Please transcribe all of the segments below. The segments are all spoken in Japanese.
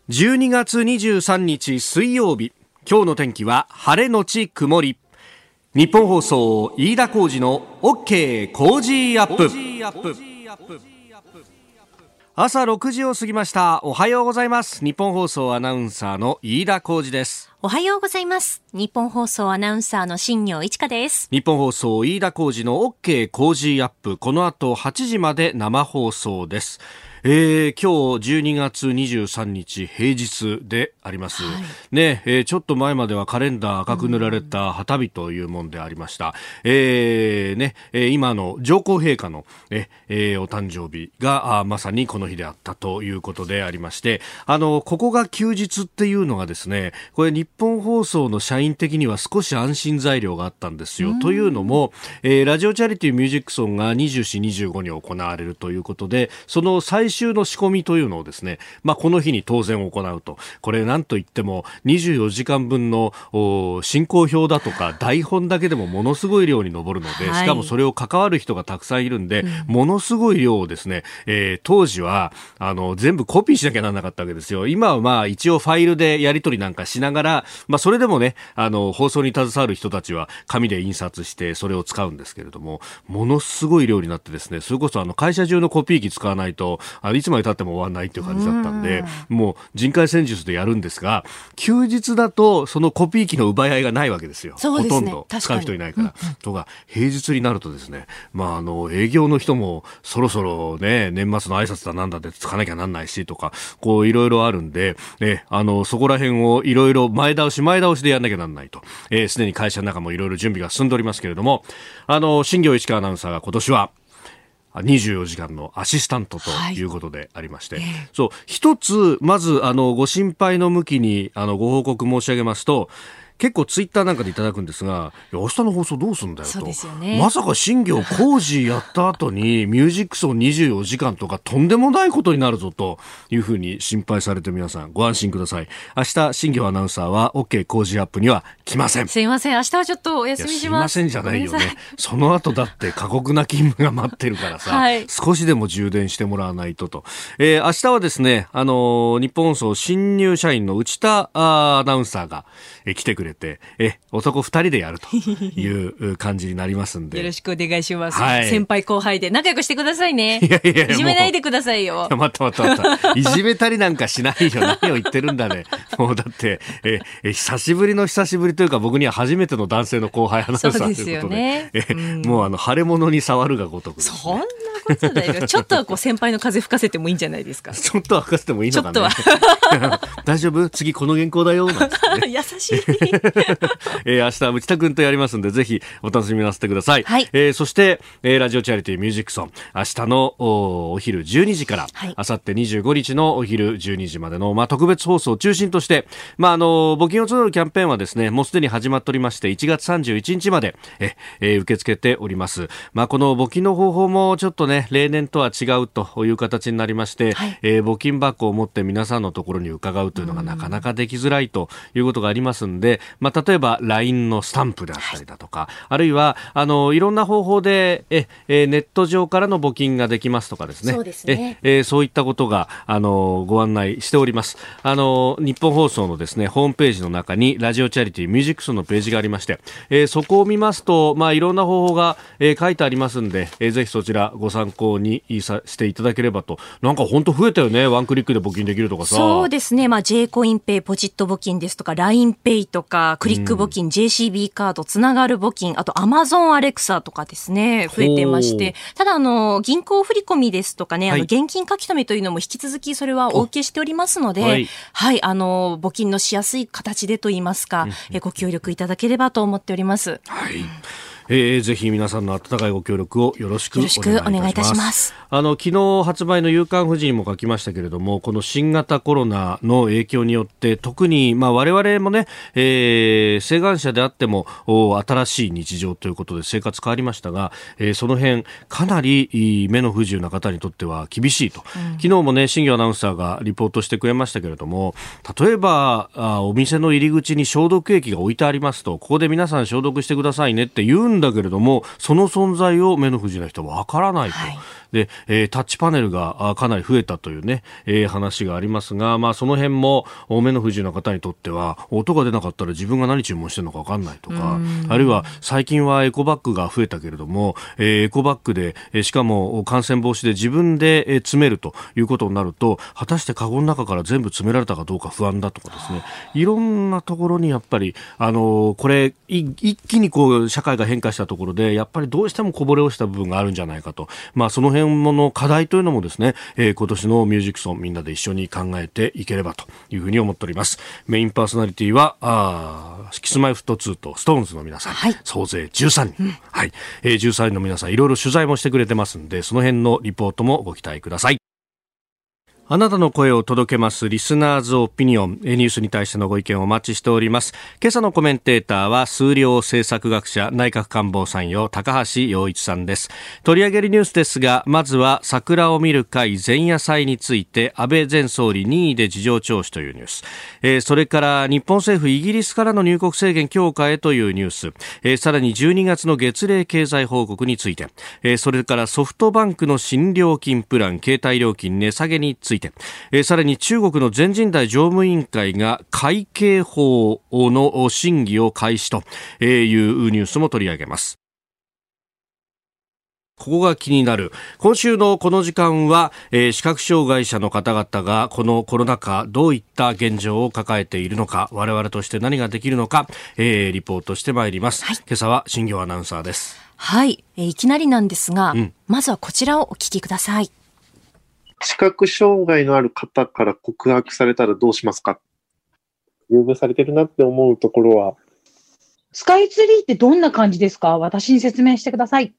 12月23日水曜日、今日の天気は晴れのち曇り。日本放送飯田浩司の OK 工事アップ。朝6時を過ぎました。おはようございます。日本放送アナウンサーの飯田浩司です。 おはようございます。日本放送アナウンサーの新業一華です。 日本放送飯田浩司の OK 工事アップ、この後8時まで生放送です。今日12月23日平日であります、ね。ちょっと前まではカレンダー赤く塗られた旗日というもんでありました。今の上皇陛下の、お誕生日がまさにこの日であったということでありまして、ここが休日っていうのがですね、これ日本放送の社員的には少し安心材料があったんですよ。というのも、ラジオチャリティーミュージックソンが24、25に行われるということで、その最終の仕込みというのをですね、この日に当然行うと。これなんといっても24時間分の進行表だとか台本だけでもものすごい量に上るので、しかもそれを関わる人がたくさんいるんで、ものすごい量をですね、当時は全部コピーしなきゃならなかったわけですよ。今は一応ファイルでやり取りなんかしながら、それでもね、放送に携わる人たちは紙で印刷してそれを使うんですけれども、ものすごい量になってですね、それこそ会社中のコピー機使わないといつまで経っても終わらないっていう感じだったんで、もう人海戦術でやるんですが、休日だとそのコピー機の奪い合いがないわけですよ。 そうですね、 ほとんど使う人いないから、とか平日になるとですね、営業の人もそろそろね、年末の挨拶だなんだでつかなきゃなんないしとか、こういろいろあるんで、そこら辺をいろいろ前倒しでやんなきゃなんないと、すでに会社の中もいろいろ準備が進んでおりますけれども、新業市川アナウンサーが今年は24時間のアシスタントということでありまして、そう一つまずご心配の向きにご報告申し上げますと、結構ツイッターなんかでいただくんですが、明日の放送どうすんだよと。そうですよね。まさか新業工事やった後にミュージックソン24時間とかとんでもないことになるぞというふうに心配されて、皆さんご安心ください。明日新業アナウンサーは OK 工事アップには来ません。 すいません、明日はちょっとお休みします。 すいませんじゃないよね。その後だって過酷な勤務が待ってるからさ、少しでも充電してもらわないとと。明日はですね、日本放送新入社員の内田アナウンサーが来てくれて、男2人でやるという感じになりますんで、 よろしくお願いします、先輩後輩で仲良くしてくださいね。いじめないでくださいよ。 待ったいじめたりなんかしないよ。何を言ってるんだね。もうだって久しぶりというか、僕には初めての男性の後輩アナウンサーということで、もう腫れ物に触るがごとくですね。 そんなことだよ。ちょっとは先輩の風吹かせてもいいんじゃないですか。 ちょっとは吹かせてもいいのかね。大丈夫、次この原稿だよなんて、ね、 優しい。 明日内田君とやりますんで、ぜひお楽しみなさってください、そして、ラジオチャリティーミュージックソン、明日のお昼12時から、明後日25日のお昼12時までの、特別放送を中心として、募金を募るキャンペーンはですね、もうすでに始まっておりまして、1月31日まで受け付けております。この募金の方法もちょっとね、例年とは違うという形になりまして、募金箱を持って皆さんのところに伺うというのがなかなかできづらいということがありますんで、例えば LINE のスタンプであったりだとか、あるいはいろんな方法でネット上からの募金ができますとかですね。そうですね。そういったことがご案内しております。日本放送のですね、ホームページの中にラジオチャリティーミュージックソンのページがありまして、そこを見ますと、いろんな方法が、書いてありますんで、ぜひそちらご参考にしていただければと。なんか本当増えたよね。ワンクリックで募金できるとかさ。 そうですね。J コインペイ、ポチット募金ですとか LINE ペイとかクリック募金、JCB カード、つながる募金、あと Amazon アレクサとかですね、増えてまして、ただ銀行振込ですとかね、現金書き留めというのも引き続きそれはお受けしておりますので、募金のしやすい形でといいますか、ご協力いただければと思っております。 ぜひ皆さんの温かいご協力をよろしくお願いいたします。昨日発売の夕刊フジにも書きましたけれども、この新型コロナの影響によって特に我々もね、晴眼者であっても新しい日常ということで生活変わりましたが、その辺かなり目の不自由な方にとっては厳しいと、昨日もね、新業アナウンサーがリポートしてくれましたけれども、例えばお店の入り口に消毒液が置いてありますと、ここで皆さん消毒してくださいねって言うんだけれども、その存在を目の不自由な人はわからないと、 で、タッチパネルがかなり増えたというね、話がありますが、その辺も目の不自由な方にとっては音が出なかったら自分が何注文してるのか分かんないとか、あるいは最近はエコバッグが増えたけれども、エコバッグで、しかも感染防止で自分で詰めるということになると、果たしてカゴの中から全部詰められたかどうか不安だとかですね、いろんなところにやっぱりこれ一気に社会が変化したところでやっぱりどうしてもこぼれ落ちた部分があるんじゃないかと、その辺の課題というのもですね、今年のミュージックソンみんなで一緒に考えていければというふうに思っております。メインパーソナリティはKｉｓ-Ｍｙ-Ｆｔ2と SixTONES の皆さん、はい、総勢13人、はい、13人の皆さんいろいろ取材もしてくれてますんで、その辺のリポートもご期待ください。あなたの声を届けますリスナーズオピニオン、ニュースに対してのご意見をお待ちしております。今朝のコメンテーターは数量政策学者内閣官房参与高橋洋一さんです。取り上げるニュースですが、まずは桜を見る会前夜祭について安倍前総理任意で事情聴取というニュース、それから日本政府イギリスからの入国制限強化へというニュース、さらに12月の月例経済報告について、それからソフトバンクの新料金プラン携帯料金値下げについて、さらに中国の全人代常務委員会が海警法の審議を開始というニュースも取り上げます。ここが気になる。今週のこの時間は、視覚障害者の方々がこのコロナ禍どういった現状を抱えているのか、我々として何ができるのか、リポートしてまいります。はい、今朝は新業アナウンサーです。 はい、いきなりなんですが、まずはこちらをお聞きください。 視覚障害のある方から告白されたらどうしますか？優遇されてるなって思うところは。 スカイツリーってどんな感じですか？私に説明してください。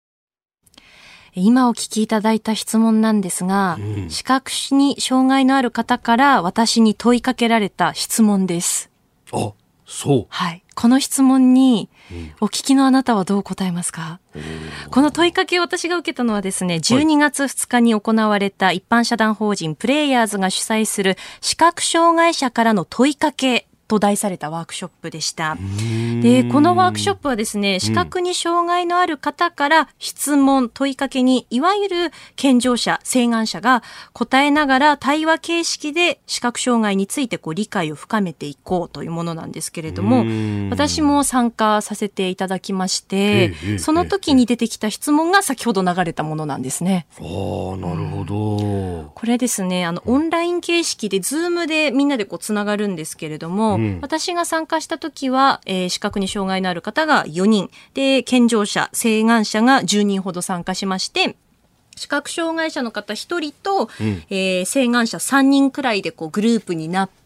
今お聞きいただいた質問なんですが、視覚に障害のある方から私に問いかけられた質問です。 あ、そう。 はい。この質問にお聞きのあなたはどう答えますか？この問いかけを私が受けたのはですね、12月2日に行われた一般社団法人プレイヤーズが主催する視覚障害者からの問いかけと題されたワークショップでした。で、このワークショップはですね、視覚に障害のある方から質問、問いかけに、いわゆる健常者、晴眼者が答えながら対話形式で視覚障害について理解を深めていこうというものなんですけれども、私も参加させていただきまして、その時に出てきた質問が先ほど流れたものなんですね。 ああ、なるほど。 これですね、オンライン形式で、ズームでみんなでつながるんですけれども、私が参加した時は、視覚に障害のある方が4人で、健常者、晴眼者が10人ほど参加しまして、視覚障害者の方1人と、晴眼者3人くらいでグループになって、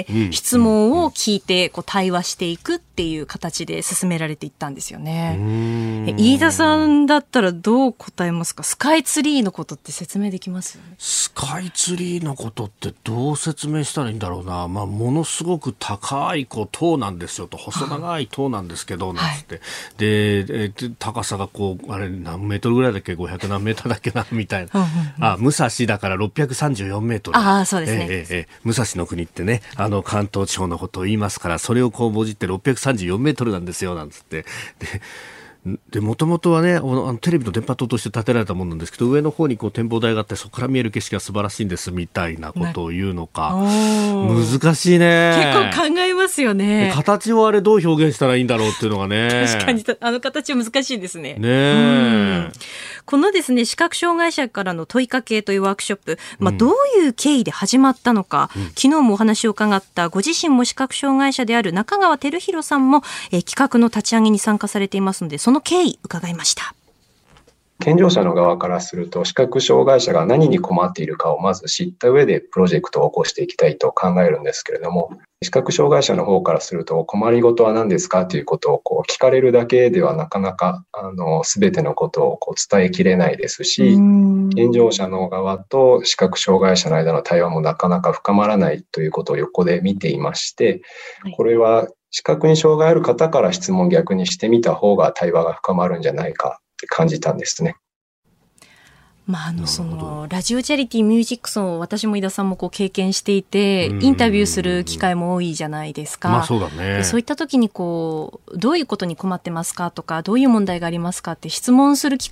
質問を聞いて対話していくっていう形で進められていったんですよね。飯田さんだったらどう答えますか？スカイツリーのことって説明できます？ スカイツリーのことってどう説明したらいいんだろうな。ものすごく高い塔なんですよと、細長い塔なんですけど、なんつって、で高さがあれ何メートルぐらいだっけ、500何メートルだっけなみたいな、武蔵だから634メートル。 ああ、そうですね。 武蔵の国ってね、関東地方のことを言いますから、それをもじって634メートルなんですよなんつって、でもともとはね、テレビの電波塔として建てられたものなんですけど、上の方に展望台があって、そこから見える景色が素晴らしいんですみたいなことを言うのか、難しいね。 結構考えますよね。 形をあれどう表現したらいいんだろうっていうのがね。 確かに形は難しいですね。 ね、 このですね、視覚障害者からの問いかけというワークショップ、どういう経緯で始まったのか、昨日もお話を伺ったご自身も視覚障害者である中川照弘さんも、企画の立ち上げに参加されていますので、その経緯伺いました。 健常者の側からすると、視覚障害者が何に困っているかをまず知った上でプロジェクトを起こしていきたいと考えるんですけれども、視覚障害者の方からすると、困りごとは何ですかということを聞かれるだけではなかなか全てのことを伝えきれないですし、健常者の側と視覚障害者の間の対話もなかなか深まらないということを横で見ていまして、これは視覚に障害ある方から質問を逆にしてみた方が対話が深まるんじゃないかって感じたんですね。 そのラジオチャリティーミュージックソンを私も井田さんも経験していて、インタビューする機会も多いじゃないですか。 そうだね。 そういった時にどういうことに困ってますかとか、どういう問題がありますかって質問する機会っ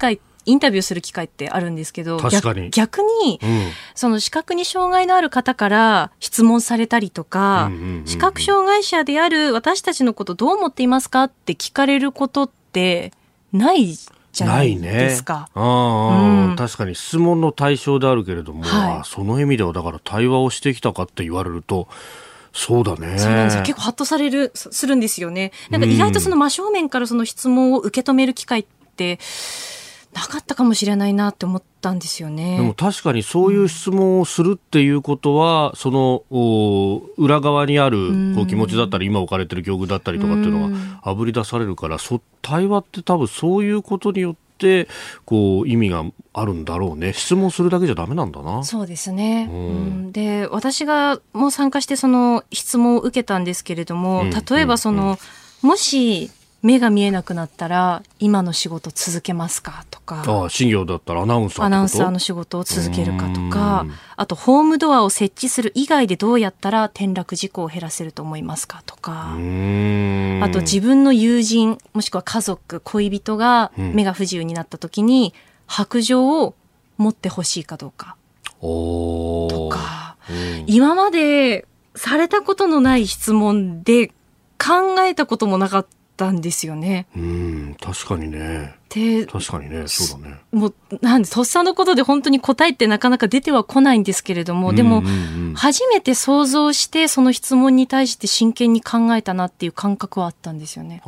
インタビューする機会ってあるんですけど、 確かに逆に、その視覚に障害のある方から質問されたりとか、視覚障害者である私たちのことどう思っていますかって聞かれることってないじゃないですか。 確かに質問の対象であるけれども、その意味ではだから対話をしてきたかって言われると、そうだね。 そうなんですよ。結構ハッとするんですよね。なんか意外とその真正面からその質問を受け止める機会ってなかったかもしれないなって思ったんですよね。 でも確かにそういう質問をするっていうことは、その裏側にあるこう気持ちだったり、今置かれてる境遇だったりとかっていうのがあぶり出されるから、対話って多分そういうことによってこう意味があるんだろうね。質問するだけじゃダメなんだな。 そうですね。で、私がもう参加してその質問を受けたんですけれども、例えばもし目が見えなくなったら今の仕事続けますかとか、 新業だったらアナウンサーの仕事を続けるかとか、あとホームドアを設置する以外でどうやったら転落事故を減らせると思いますかとか、あと自分の友人もしくは家族、恋人が目が不自由になった時に白杖を持ってほしいかどうかとか、今までされたことのない質問で考えたこともなかったんですよね。 確かにね。確かにね、そうだね。 もうとっさのことで本当に答えってなかなか出てはこないんですけれども、でも初めて想像してその質問に対して真剣に考えたなっていう感覚はあったんですよね。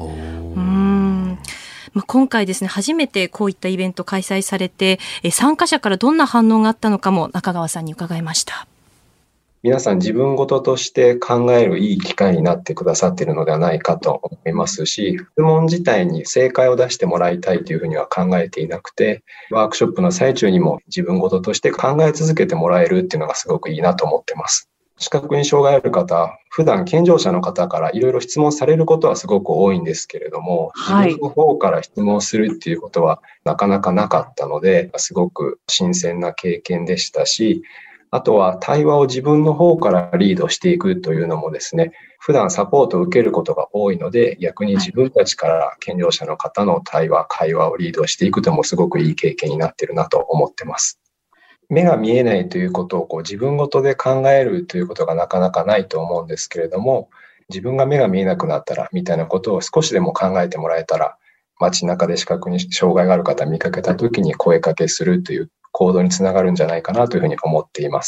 今回ですね、初めてこういったイベント開催されて、参加者からどんな反応があったのかも中川さんに伺いました。 皆さん自分事として考えるいい機会になってくださっているのではないかと思いますし、質問自体に正解を出してもらいたいというふうには考えていなくて、ワークショップの最中にも自分事として考え続けてもらえるっていうのがすごくいいなと思っています。視覚に障害ある方、普段健常者の方からいろいろ質問されることはすごく多いんですけれども、自分の方から質問するっていうことはなかなかなかったので、すごく新鮮な経験でしたし、あとは対話を自分の方からリードしていくというのもですね、普段サポートを受けることが多いので、逆に自分たちから健常者の方の会話をリードしていくともすごくいい経験になっているなと思ってます。目が見えないということを自分ごとで考えるということがなかなかないと思うんですけれども、自分が目が見えなくなったらみたいなことを少しでも考えてもらえたら、街中で視覚に障害がある方を見かけたときに声かけするという行動につながるんじゃないかなというふうに思っています。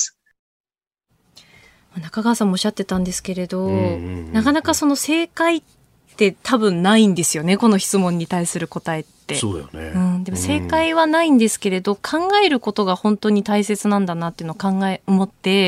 中川さんもおっしゃってたんですけれど、なかなかその正解って多分ないんですよね、この質問に対する答えって。 そうだよね。 でも正解はないんですけれど、考えることが本当に大切なんだなっていうのを思って、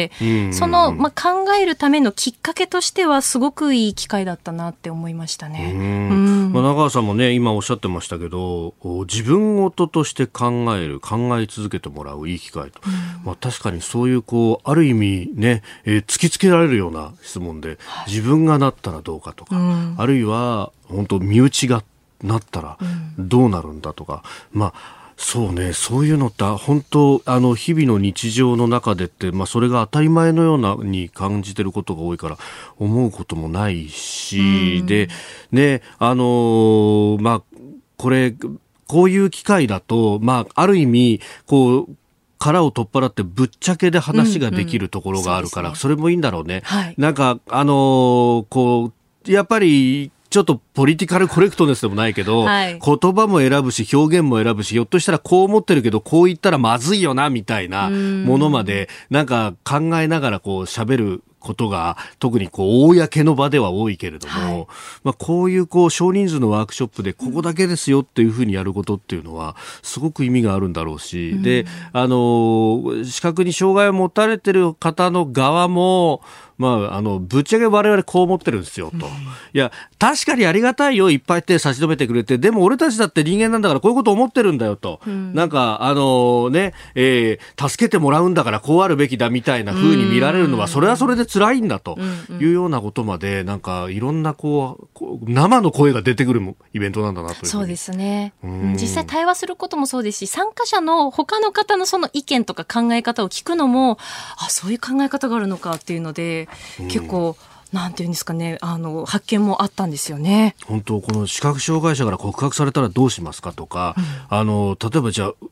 その、考えるためのきっかけとしてはすごくいい機会だったなって思いましたね。 中川さんもね、今おっしゃってましたけど、自分事として考え続けてもらういい機会と、確かにそういうある意味ね、突きつけられるような質問で、自分がなったらどうかとか、あるいは本当身内がなったらどうなるんだとか、そうね、そういうのって本当日々の日常の中でって、それが当たり前のようなに感じてることが多いから思うこともないし、でね、こういう機会だと、ある意味殻を取っ払ってぶっちゃけで話ができるところがあるから、それもいいんだろうね。なんかやっぱりちょっとポリティカルコレクトネスでもないけど、言葉も選ぶし表現も選ぶし、ひょっとしたらこう思ってるけどこう言ったらまずいよなみたいなものまでなんか考えながら喋ることが特に公の場では多いけれども、こういう少人数のワークショップでここだけですよっていうふうにやることっていうのはすごく意味があるんだろうし、で視覚に障害を持たれてる方の側もぶっちゃけ我々こう思ってるんですよと。いや確かにありがたいよ、いっぱい手差し伸べてくれて、でも俺たちだって人間なんだからこういうこと思ってるんだよと、なんか助けてもらうんだからこうあるべきだみたいな風に見られるのはそれはそれで辛いんだというようなことまで、なんかいろんな生の声が出てくるイベントなんだなという。 そうですね。実際対話することもそうですし、参加者の他の方のその意見とか考え方を聞くのも、そういう考え方があるのかっていうので、結構なんていうんですかね、発見もあったんですよね。 本当この視覚障害者から告白されたらどうしますかとか、例えばじゃあ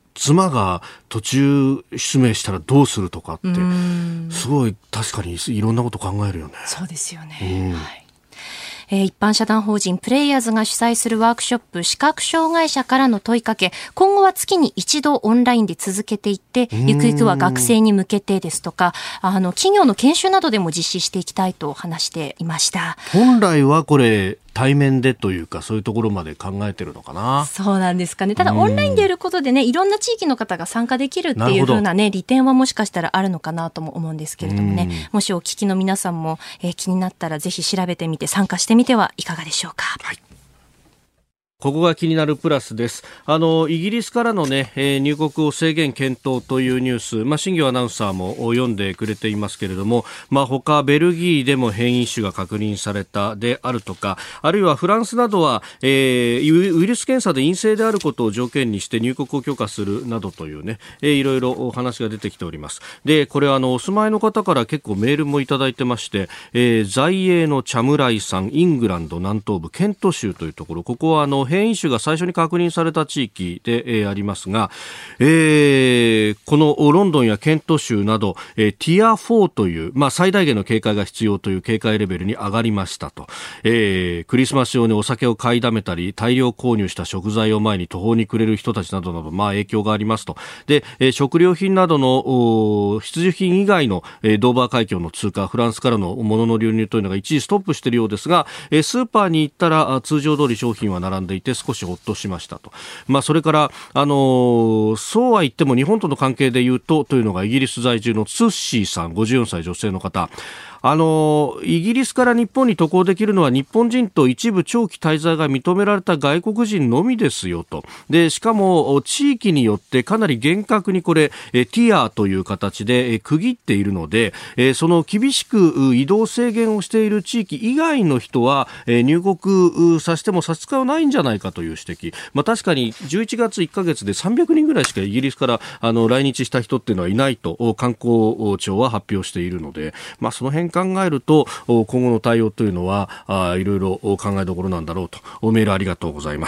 妻が途中失明したらどうするとかってすごい確かにいろんなこと考えるよね。 そうですよね、はい。一般社団法人プレイヤーズが主催するワークショップ視覚障害者からの問いかけ、今後は月に一度オンラインで続けていって、ゆくゆくは学生に向けてですとか、企業の研修などでも実施していきたいと話していました。 本来はこれ対面でというかそういうところまで考えてるのかな。 そうなんですかね。ただオンラインでやることでね、いろんな地域の方が参加できるっていう風なね利点はもしかしたらあるのかなとも思うんですけれどもね、もしお聞きの皆さんも、気になったらぜひ調べてみて参加してみてはいかがでしょうか。 はい、ここが気になるプラスです。イギリスからのね、入国を制限検討というニュース、新業アナウンサーも読んでくれていますけれども、他ベルギーでも変異種が確認されたであるとか、あるいはフランスなどは、ウイルス検査で陰性であることを条件にして入国を許可するなどというね、いろいろお話が出てきております。で、これお住まいの方から結構メールもいただいてまして、在英のチャムライさん、イングランド南東部ケント州というところ、ここは変異種が最初に確認された地域で、ありますが、このロンドンやケント州など、ティア4という、最大限の警戒が必要という警戒レベルに上がりましたと、クリスマス用にお酒を買いだめたり大量購入した食材を前に途方に暮れる人たちなどなど、影響がありますと。で、食料品などの必需品以外の、ドーバー海峡の通過、フランスからの物の流入というのが一時ストップしているようですが、スーパーに行ったら通常通り商品は並んでいて少しほっとしましたと。それから、そうは言っても日本との関係で言うというのがイギリス在住のツッシーさん、54歳女性の方。イギリスから日本に渡航できるのは日本人と一部長期滞在が認められた外国人のみですよと。で、しかも地域によってかなり厳格にこれティアという形で区切っているので、その厳しく移動制限をしている地域以外の人は入国させても差し支えはないんじゃないかという指摘。確かに11月1ヶ月で300人ぐらいしかイギリスから来日した人っていうのはいないと観光庁は発表しているので、その辺考えると今後の対応というのはいろいろ考えどころなんだろうと。メールありがとうございます。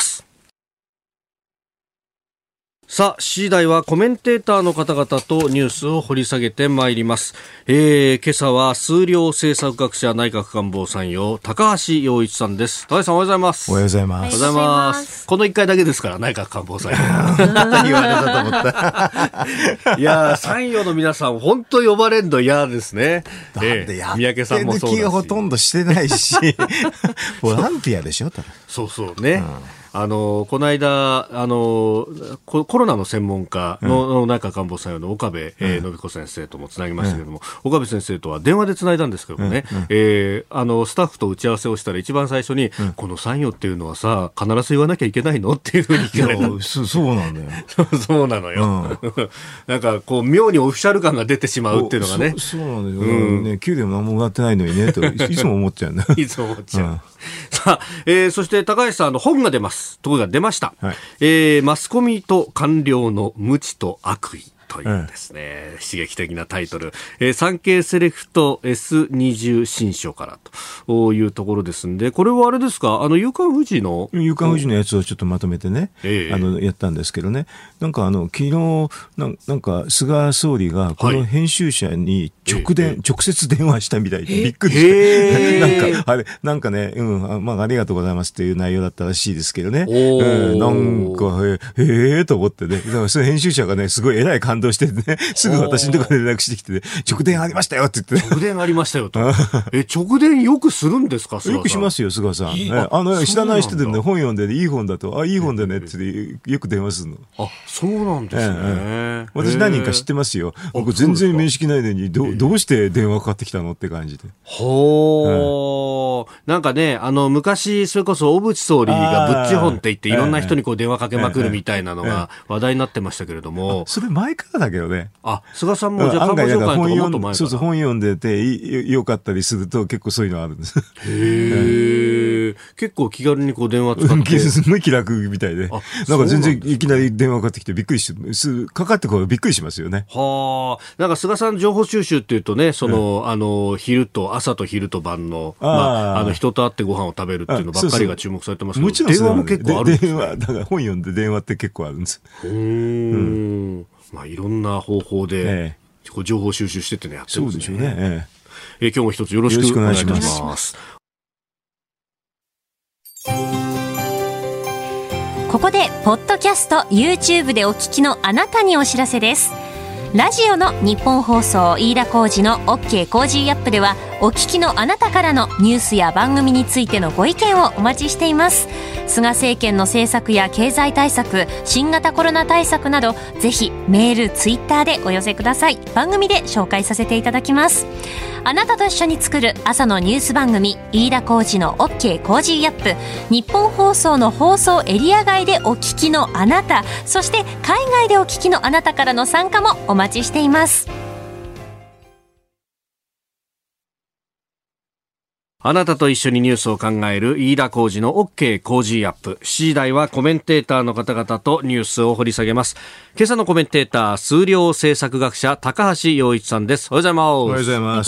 さあ、7時台はコメンテーターの方々とニュースを掘り下げてまいります。今朝は数量政策学者内閣官房参与高橋洋一さんです。高橋さんおはようございます。 おはようございます。 おはようございます。この1回だけですから内閣官房参与言われたと思ったいや参与の皆さん本当呼ばれるの嫌ですね。 だってや三宅さんもそうだし、 気がほとんどしてないしボランティアでしょ。 そうそうね、この間コロナの専門家の内閣官房参与の岡部信子先生ともつなぎましたけれども、岡部先生とは電話でつないだんですけどもね、スタッフと打ち合わせをしたら一番最初に、この参与っていうのはさ必ず言わなきゃいけないのっていうふうに聞かれた。 そうなんだよそうなのよ、なんかこう妙にオフィシャル感が出てしまうっていうのがね。 そうなんだよ、ね、給料も何ももらってないのにねといつも思っちゃうんだいつも思っちゃう、さあ、そして高橋さん本が出ます。ところが出ました、マスコミと官僚の無知と悪意というですね、刺激的なタイトル、産経セレクト S20 新書からというところですんで、これはあれですか、夕刊フジのやつをちょっとまとめてね、やったんですけどね、なんか昨日なんか菅総理がこの編集者に直接電話したみたいでびっくりした。なんかね、ありがとうございますっていう内容だったらしいですけどね、なんかと思ってね、だからその編集者がねすごい偉い感動してね、すぐ私のところで連絡してきて、ね、直電ありましたよって言って、 直電ありましたよと直電よくするんですか。 よくしますよ菅さん。知らない人でもね本読んで、いい本だといい本だねってよく電話するの。そうなんですね、私何人か知ってますよ。僕全然面識ないのにどうして電話かかってきたのって感じで。 なんかね、昔それこそ小渕総理がぶっち本って言っていろんな人にこう電話かけまくるみたいなのが話題になってましたけれども、 それ前からだけどね。 菅さんもじゃあ官房長官とかもっと前から。 そう本読んでてよかったりすると結構そういうのあるんです。 結構気軽にこう電話使ってすごい気楽みたいで、なんか全然いきなり電話かかってきてびっくりして、かかってこうびっくりしますよね。 はあ、なんか菅さん情報収集っていうとね、昼と朝と昼と晩の人と会ってご飯を食べるっていうのばっかりが注目されてますけど、 もちろん電話も結構あるんですね。 電話だから本読んで電話って結構あるんです。 まあいろんな方法で情報収集してってねやってるんですね。 そうでしょうね。 今日も一つよろしくお願いいたします。 ここでポッドキャスト YouTube でお聞きのあなたにお知らせです。ラジオの日本放送飯田浩司の OK コージーアップでは、お聞きのあなたからのニュースや番組についてのご意見をお待ちしています。菅政権の政策や経済対策、新型コロナ対策など、ぜひメール、ツイッターでお寄せください。番組で紹介させていただきます。あなたと一緒に作る朝のニュース番組、飯田浩司の OK コージーアップ。日本放送の放送エリア外でお聞きのあなた、そして海外でお聞きのあなたからの参加もお待ちしています。 あなたと一緒にニュースを考える飯田浩司の OK コージーアップ。7時台はコメンテーターの方々とニュースを掘り下げます。今朝のコメンテーター、数量政策学者高橋洋一さんです。おはようございます。 おはようございます。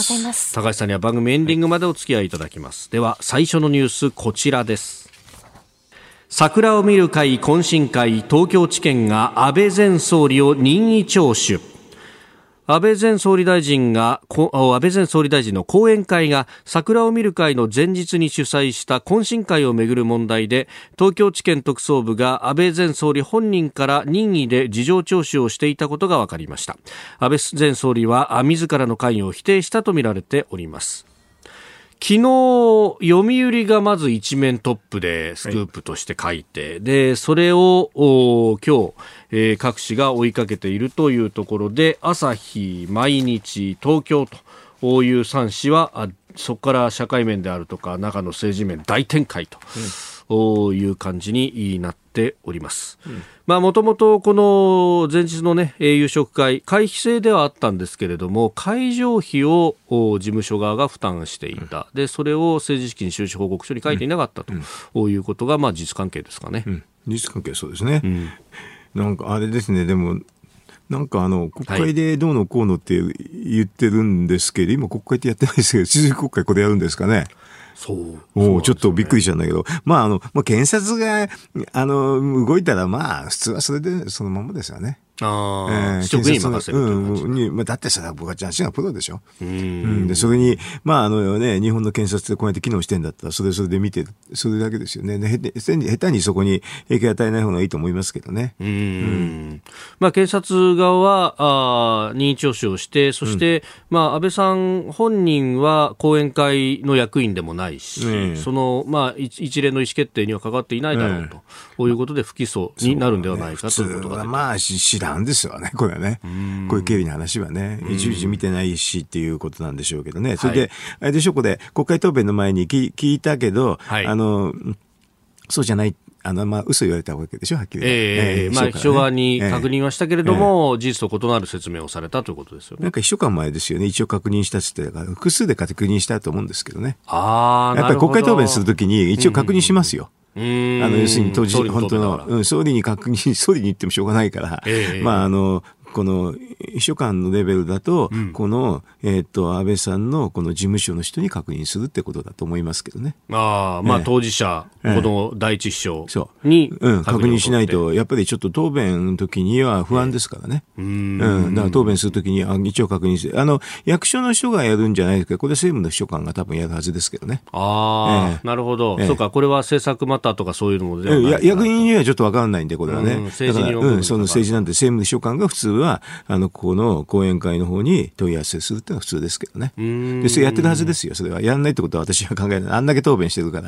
高橋さんには番組エンディングまでお付き合いいただきます。では最初のニュース、こちらです。桜を見る会懇親会、東京地検が安倍前総理を任意聴取。安倍前総理大臣の講演会が桜を見る会の前日に主催した懇親会をめぐる問題で、東京地検特捜部が安倍前総理本人から任意で事情聴取をしていたことが分かりました。安倍前総理は自らの関与を否定したとみられております。昨日読売がまず一面トップでスクープとして書いて、でそれを今日、各紙が追いかけているというところで、朝日、毎日、東京という3紙はそこから社会面であるとか中の政治面大展開という感じになっております。もともとこの前日のね、夕食会、会費制ではあったんですけれども、会場費を事務所側が負担していた。でそれを政治資金収支報告書に書いていなかったということが、事実関係ですかね。 事実関係そうですね。なんかあれですね、でもなんか国会でどうのこうのって言ってるんですけど、今国会ってやってないですけど、通常国会これやるんですかね。 そうちょっとびっくりしたんだけど、検察が動いたら普通はそれでそのままですよね。 職員任せるという感じ。 だってさ、僕はジャンシがプロでしょ。でそれに日本の検察でこうやって機能してんだったらそれで見てそれだけですよね。下手にそこに影響を与えない方がいいと思いますけどね。 検察側は任意聴取をして、そして、安倍さん本人は後援会の役員でもないし、その一連の意思決定には関わっていないだろうということで不起訴になるんではないかということが知らんですよね、これはね。こういう経理の話はね、いちいち見てないしっていうことなんでしょうけどね。それで、あれでしょ、これ、国会答弁の前に聞いたけど、そうじゃない、嘘言われたわけでしょ、はっきり。 秘書側に確認はしたけれども、事実と異なる説明をされたということですよね。 なんか秘書官前ですよね、一応確認したって言って、複数で確認したと思うんですけどね。 やっぱり国会答弁するときに一応確認しますよ。要するに当時本当の総理に言ってもしょうがないから、この秘書官のレベルだと、この、安倍さんのこの事務所の人に確認するってことだと思いますけどね。 当事者、この第一秘書に確認しないと、やっぱりちょっと答弁の時には不安ですからね。だから答弁する時に一応確認して、役所の人がやるんじゃないですか。これ政務の秘書官が多分やるはずですけどね。 なるほど。そうか、これは政策マターとかそういうのも役員にはちょっと分からないんで、これはね。 政治にその政治なんて政務秘書官が普通はこの講演会の方に問い合わせするっていうのは普通ですけどね。でそれやってるはずですよ。それはやらないってことは私は考えない。あんだけ答弁してるから、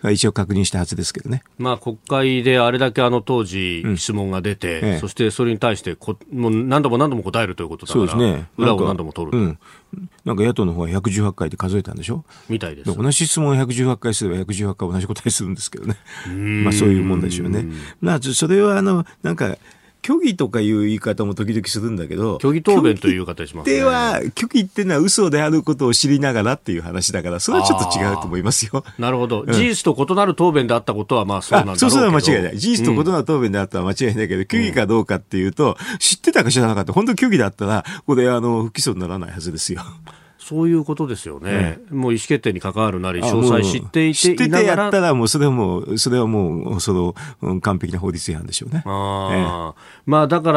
一応確認したはずですけどね。 国会であれだけ当時質問が出て、そしてそれに対してもう何度も答えるということだから、 そうですね、 裏を何度も取るなんか野党の方は118回で数えたんでしょみたいです。 同じ質問を118回すれば118回同じ答えするんですけどね。そういうもんでしょうね。それはなんか虚偽とかいう言い方も時々するんだけど、 虚偽答弁という言い方しますね。 虚偽っていうのは嘘であることを知りながらっていう話だから、それはちょっと違うと思いますよ。 なるほど。事実と異なる答弁であったことはまあそうなんだろうけど。 そうは間違いない。事実と異なる答弁であったら間違いないけど、虚偽かどうかっていうと、知ってたか知らなかった。本当に虚偽だったら、これ不起訴にならないはずですよ。 そういうことですよね。もう意思決定に関わるなり、詳細知っていて、 知っててやったら、それはもう、完璧な法律違反でしょうね。 まあ、だから、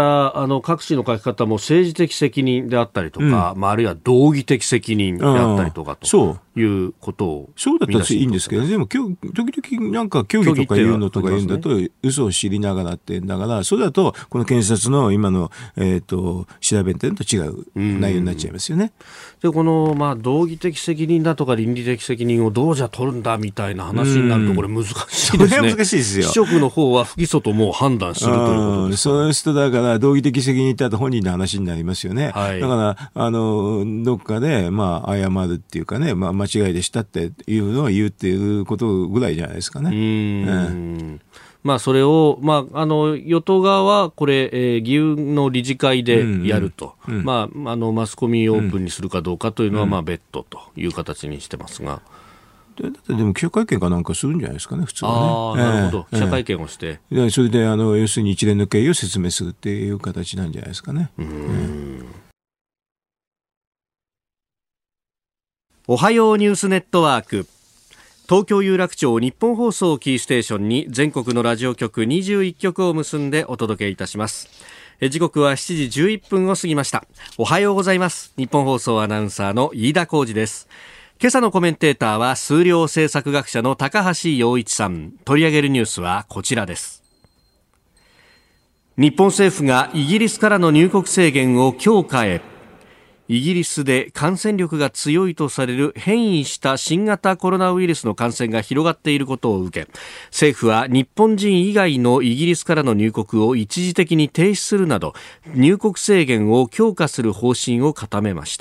各種の書き方も政治的責任であったりとか、あるいは道義的責任であったりとかということを。 そうだったらいいんですけど、でも、時々なんか虚偽とか言うのとか言うんだと、嘘を知りながらって言うんだから、それだと、この検察の今の、調べてるのと違う内容になっちゃいますよね。 で、この、道義的責任だとか倫理的責任をどうじゃ取るんだみたいな話になると、これ難しいですね。 これは難しいですよ。 司職の方は不起訴ともう判断するということです。 そういう人だから、道義的責任ってあと本人の話になりますよね。 はい、 だから、どっかで、謝るっていうかね、間違いでしたっていうのを言うっていうことぐらいじゃないですかね。 それを、与党側はこれ、議運の理事会でやると、マスコミオープンにするかどうかというのは、別途という形にしてますが。 だってでも記者会見かなんかするんじゃないですかね、普通はね。 なるほど。記者会見をして。 それで、要するに一連の経緯を説明するっていう形なんじゃないですかね。 おはようニュースネットワーク。東京有楽町日本放送キーステーションに全国のラジオ局21局を結んでお届けいたします。時刻は7時11分を過ぎました。おはようございます。日本放送アナウンサーの飯田浩司です。今朝のコメンテーターは数量政策学者の高橋洋一さん。取り上げるニュースはこちらです。日本政府がイギリスからの入国制限を強化へ。イギリスで感染力が強いとされる変異した新型コロナウイルスの感染が広がっていることを受け、政府は日本人以外のイギリスからの入国を一時的に停止するなど、入国制限を強化する方針を固めました。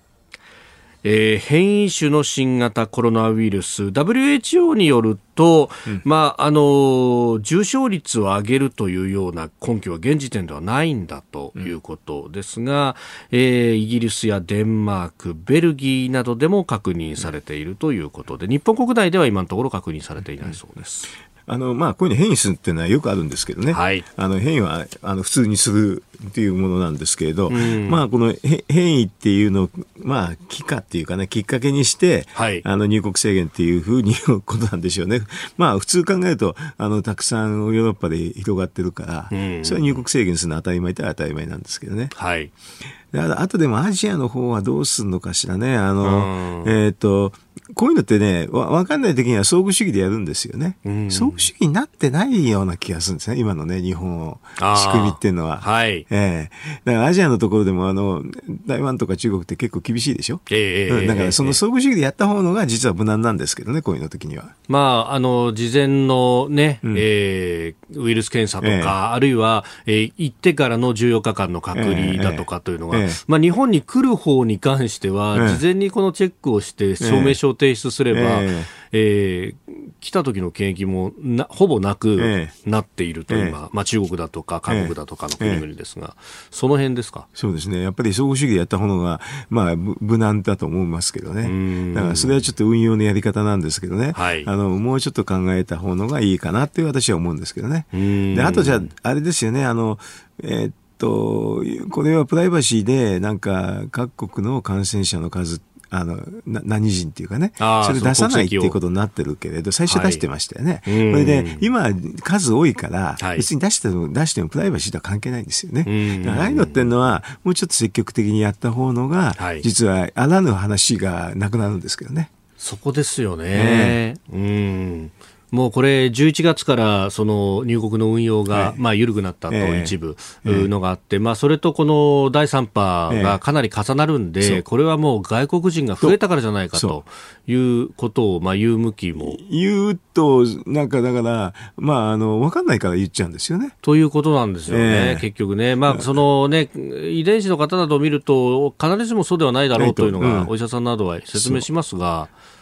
変異種の新型コロナウイルス WHO によると、重症率を上げるというような根拠は現時点ではないんだということですが、イギリスやデンマーク、ベルギーなどでも確認されているということで、日本国内では今のところ確認されていないそうです。 こういうの変異するっていうのはよくあるんですけどね、 はい、 変異は普通にするっていうものなんですけれど、この変異っていうのを、期間っていうかね、きっかけにして、はい、入国制限っていうふうに言うことなんでしょうね。普通考えると、たくさんヨーロッパで広がってるから、それは入国制限するのは当たり前では当たり前なんですけどね。はい。あとでもアジアの方はどうするのかしらね。こういうのってね、わかんない時には相互主義でやるんですよね。相互主義になってないような気がするんですね。今のね、日本の仕組みっていうのは。はい。だからアジアのところでも台湾とか中国って結構厳しいでしょ。だからその相互主義でやった方のが実は無難なんですけどね、こういうの時には。 事前のね、ウイルス検査とか、あるいは、行ってからの14日間の隔離だとかというのが、日本に来る方に関しては、事前にこのチェックをして証明書を提出すれば、来た時の検疫もほぼなくなっていると今、中国だとか韓国だとかの国々ですが、その辺ですか。 そうですね。やっぱり相互主義でやった方が、無難だと思いますけどね。だからそれはちょっと運用のやり方なんですけどね。はい、もうちょっと考えた方のがいいかなって私は思うんですけどね。で、あとじゃあ、あれですよね。これはプライバシーでなんか各国の感染者の数何人っていうかね、それ出さないっていうことになってるけれど、最初出してましたよね。それで今数多いから、別に出してもプライバシーとは関係ないんですよね。ああいうのっていうのはもうちょっと積極的にやった方のが、実はあらぬ話がなくなるんですけどね。 そこですよね。もうこれ11月からその入国の運用が緩くなったと一部のがあって、それとこの第3波がかなり重なるんで、これはもう外国人が増えたからじゃないかということを言う向きも言うとなんかだから分かんないから言っちゃうんですよね。 ということなんですよね。結局ね、そのね遺伝子の方などを見ると必ずしもそうではないだろうというのがお医者さんなどは説明しますが。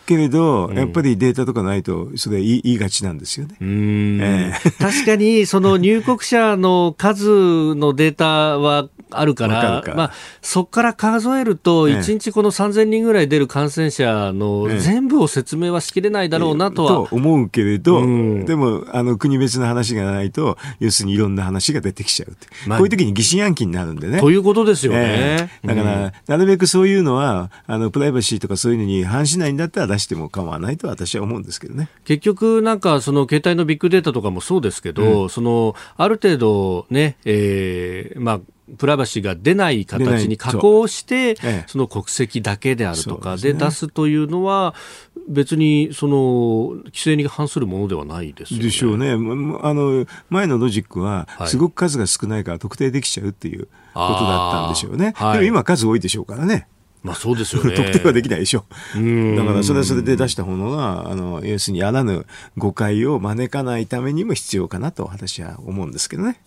けれど、やっぱりデータとかないと、それ言いがちなんですよね。 確かに、その入国者の数のデータはあるから、まあ、そこから数えると、1日この3000人ぐらい出る感染者の全部を説明はしきれないだろうなとは。 と思うけれど、でも、国別の話がないと、要するにいろんな話が出てきちゃうって。こういう時に疑心暗鬼になるんでね。 ということですよね。 だから、なるべくそういうのは、プライバシーとかそういうのに反しないんだったら出しても構わないと私は思うんですけどね。 結局、なんか、その携帯のビッグデータとかもそうですけど、ある程度ね、まあ、プライバシーが出ない形に加工して、その国籍だけであるとかで出すというのは、別にその規制に反するものではないですよね。 でしょうね。前のロジックは、すごく数が少ないから特定できちゃうっていうことだったんでしょうね。でも今数多いでしょうからね。 まあそうですよね。 特定はできないでしょ。だからそれはそれで出したものが、要するにあらぬ誤解を招かないためにも必要かなと私は思うんですけどね。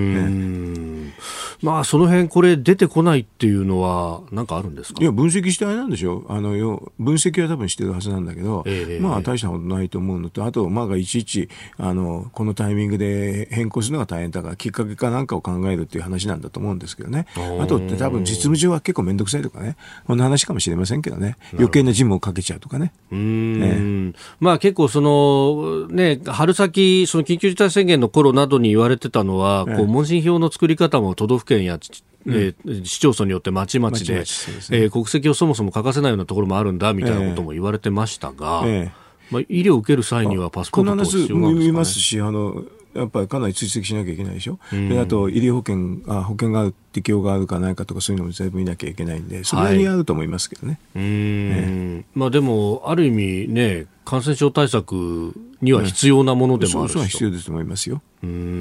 まあその辺これ出てこないっていうのは何かあるんですか？ いや分析してあれなんでしょ。分析は多分してるはずなんだけど、まあ大したことないと思うのと、あとまあいちいちこのタイミングで変更するのが大変だからきっかけかなんかを考えるっていう話なんだと思うんですけどね。あとって多分実務上は結構めんどくさいとかね。こんな話かもしれませんけどね。余計な事務をかけちゃうとかね。 まあ結構春先、その緊急事態宣言の頃などに言われてたのは、こう問診票の作り方も都道府県や市町村によってまちまちで、国籍をそもそも書かせないようなところもあるんだみたいなことも言われてましたが、まあ、医療を受ける際にはパスポートと必要なんですかね。 この話見ますし、やっぱりかなり追跡しなきゃいけないでしょ。であと医療保険がある適用があるかないかとかそういうのも全部見なきゃいけないんで、それにあると思いますけどね。 まあでもある意味ね、感染症対策には必要なものでもあるし、 そう必要ですと思いますよ。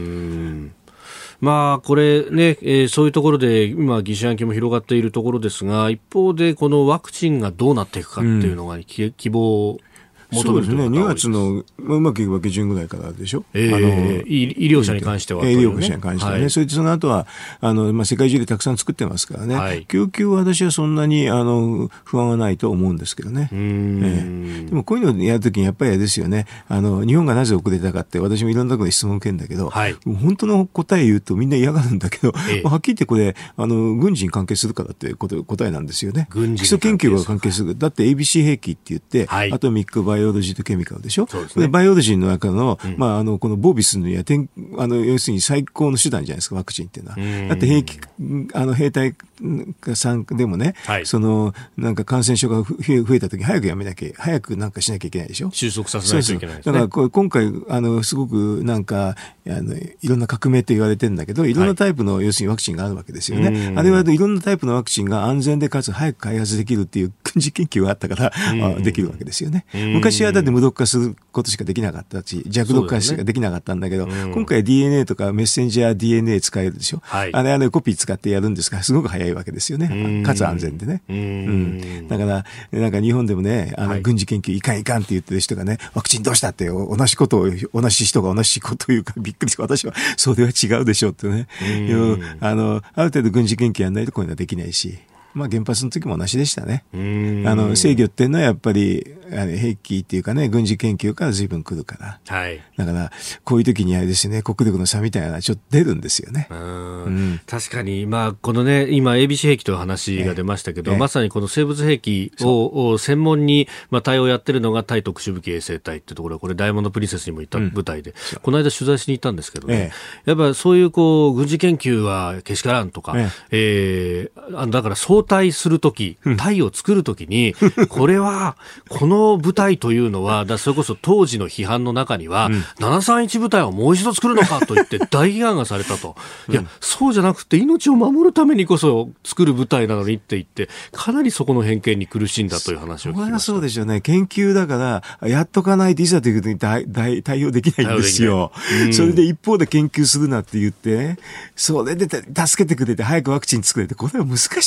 まあこれね、そういうところで今疑心暗鬼も広がっているところですが、一方でこのワクチンがどうなっていくかっていうのが希望そうですね。2月のうまくいくわけ順ぐらいからでしょ。 医療者に関しては、 医療者に関してはね。それでその後は世界中でたくさん作ってますからね。供給は私はそんなに不安はないと思うんですけどね。でもこういうのをやるときにやっぱりあれですよね。日本がなぜ遅れたかって私もいろんなところで質問を受けるんだけど、本当の答え言うとみんな嫌がるんだけど、はっきり言ってこれ軍事に関係するからって答えなんですよね。基礎研究が関係する。だって ABC 兵器って言って、アトミックバイオロジーとケミカルでしょ。でバイオロジーの中の、このボービスの要するに最高の手段じゃないですか、ワクチンっていうのは。だって兵隊さんでもね、なんか感染症が増えたとき早くなんかしなきゃいけないでしょ。 収束させないといけないですね。 だから今回すごくなんかいろんな革命と言われてるんだけど、いろんなタイプの要するにワクチンがあるわけですよね。あれはいろんなタイプのワクチンが安全でかつ早く開発できるっていう軍事研究があったからできるわけですよね。昔はだって無毒化することしかできなかったし、弱毒化しかできなかったんだけど、今回 DNA とかメッセンジャー DNA 使えるでしょ。あれコピー使ってやるんですが、すごく早いわけですよね。かつ安全でね。だから、なんか日本でもね、軍事研究いかんって言ってる人がね、ワクチンどうしたって同じ人が同じことを言うからびっくりして、私はそれは違うでしょってね。ある程度軍事研究やんないとこういうのはできないし。まあ原発の時も同じでしたね。制御っていうのはやっぱり兵器っていうかね、軍事研究から随分来るから。だからこういう時にあれですね、国力の差みたいなのはちょっと出るんですよね。 確かに、まあこのね、今 ABC 兵器という話が出ましたけど、まさにこの生物兵器を専門に対応やってるのが対特殊武器衛星隊っていうところは、これダイヤモンドプリンセスにもいた部隊で、この間取材しに行ったんですけどね、やっぱそういう軍事研究はけしからんとか、だから相対するとき、隊を作るときに、この部隊というのは、それこそ当時の批判の中には、731部隊をもう一度作るのかと言って大批判がされたと。いや、そうじゃなくて命を守るためにこそ作る部隊なのにって言って、かなりそこの偏見に苦しんだという話を聞きました。 そうでしょうね。研究だから、やっとかないといざということに対応できないんですよ。それで一方で研究するなって言って、それで助けてくれて早くワクチン作れて、これは難しいですよ。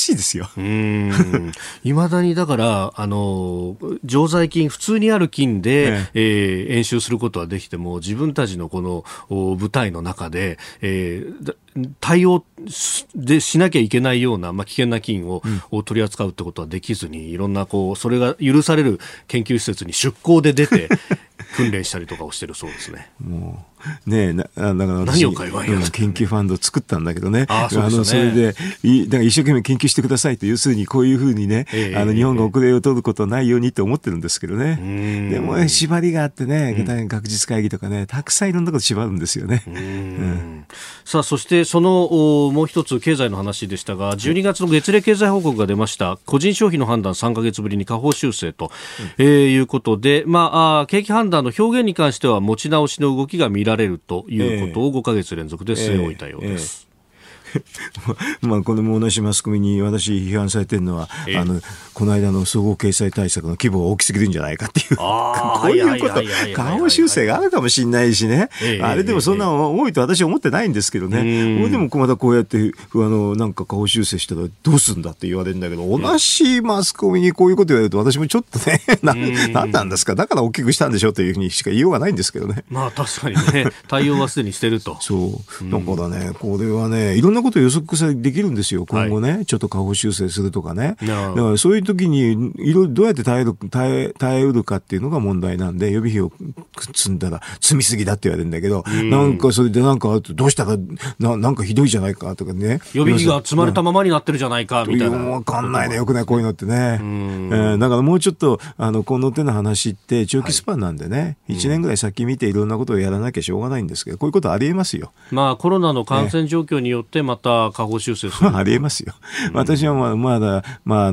よ。 いまだにだから常在菌、普通にある菌で、演習することはできても、自分たちのこの部隊の中で、対応しなきゃいけないような、危険な菌を取り扱うってことはできずに、いろんなそれが許される研究施設に出向で出て訓練したりとかをしてるそうですね。 もうね、だから何を買えばいいの研究ファンド作ったんだけどね。 そうですね。 それでだから一生懸命研究してくださいと、要するにこういうふうにね、日本が遅れを取ることないようにって思ってるんですけどね。でも縛りがあってね、学術会議とかね、たくさんいろんなこと縛るんですよね。 さあ、そしてそのもう一つ経済の話でしたが、12月の月例経済報告が出ました。個人消費の判断3ヶ月ぶりに下方修正と、いうことで、景気判断の表現に関しては持ち直しの動きが見られるということを5ヶ月連続で据え置いたようです。 これも同じマスコミに私批判されてるのは、この間の総合経済対策の規模が大きすぎるんじゃないかっていうこういうこと、下方修正があるかもしれないしね、あれでもそんなの多いと私は思ってないんですけどね。でもまたこうやってなんか下方修正したらどうするんだって言われるんだけど、同じマスコミにこういうこと言われると私もちょっとね何なんですか、だから大きくしたんでしょというふうにしか言いようがないんですけどね。 確かにね、対応はすでにしてると。 そうだからね、これはね、いろんなことを予測できるんですよ。今後ね、ちょっと下方修正するとかね。だからそういう時にどうやって耐えうるかっていうのが問題なんで、予備費を積んだら積みすぎだって言われるんだけど、なんかそれでなんかどうしたらなんかひどいじゃないかとかね。 予備費が積まれたままになってるじゃないかみたいな。 わかんないね、よくないこういうのってね。だからもうちょっとこの手の話って長期スパンなんでね、1年ぐらい先見ていろんなことをやらなきゃしょうがないんですけど、こういうことありえますよ。 コロナの感染状況によってまた下方修正する。 ありえますよ。私はまだ